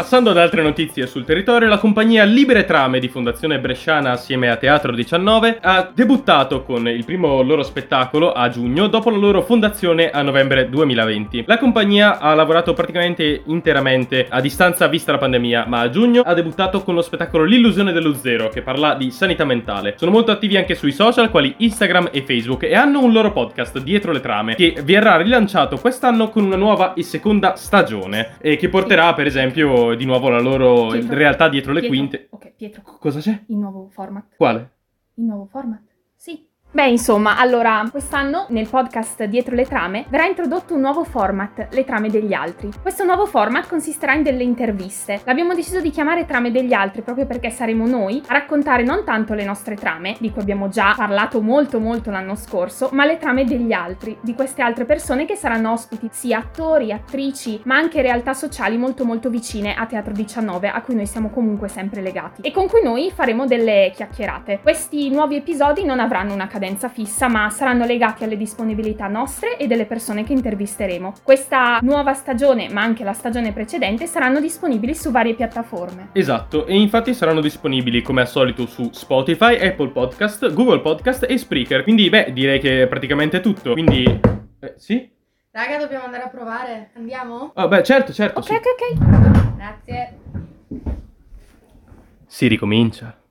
Passando ad altre notizie sul territorio, la compagnia Libere Trame di Fondazione Bresciana assieme a Teatro 19 ha debuttato con il primo loro spettacolo a giugno dopo la loro fondazione a novembre 2020. La compagnia ha lavorato praticamente interamente a distanza vista la pandemia, ma a giugno ha debuttato con lo spettacolo L'illusione dello zero, che parla di sanità mentale. Sono molto attivi anche sui social quali Instagram e Facebook e hanno un loro podcast, Dietro le Trame, che verrà rilanciato quest'anno con una nuova e seconda stagione e che porterà per esempio di nuovo la loro realtà dietro le quinte. Ok, Pietro. Cosa c'è? Il nuovo format. Quale? Il nuovo format? Sì. Beh, insomma, allora, quest'anno nel podcast Dietro le Trame verrà introdotto un nuovo format, Le Trame degli Altri. Questo nuovo format consisterà in delle interviste. L'abbiamo deciso di chiamare Trame degli Altri proprio perché saremo noi a raccontare non tanto le nostre trame, di cui abbiamo già parlato molto l'anno scorso, ma le trame degli altri, di queste altre persone che saranno ospiti, sia attori, attrici, ma anche realtà sociali molto vicine a Teatro 19, a cui noi siamo comunque sempre legati, e con cui noi faremo delle chiacchierate. Questi nuovi episodi non avranno una cadenza fissa, ma saranno legati alle disponibilità nostre e delle persone che intervisteremo. Questa nuova stagione, ma anche la stagione precedente, saranno disponibili su varie piattaforme. Esatto, e infatti saranno disponibili come al solito su Spotify, Apple Podcast, Google Podcast e Spreaker. Quindi, direi che è praticamente tutto. Quindi, sì? Raga, dobbiamo andare a provare. Andiamo? Oh, certo. Ok, sì. ok. Grazie. Si ricomincia.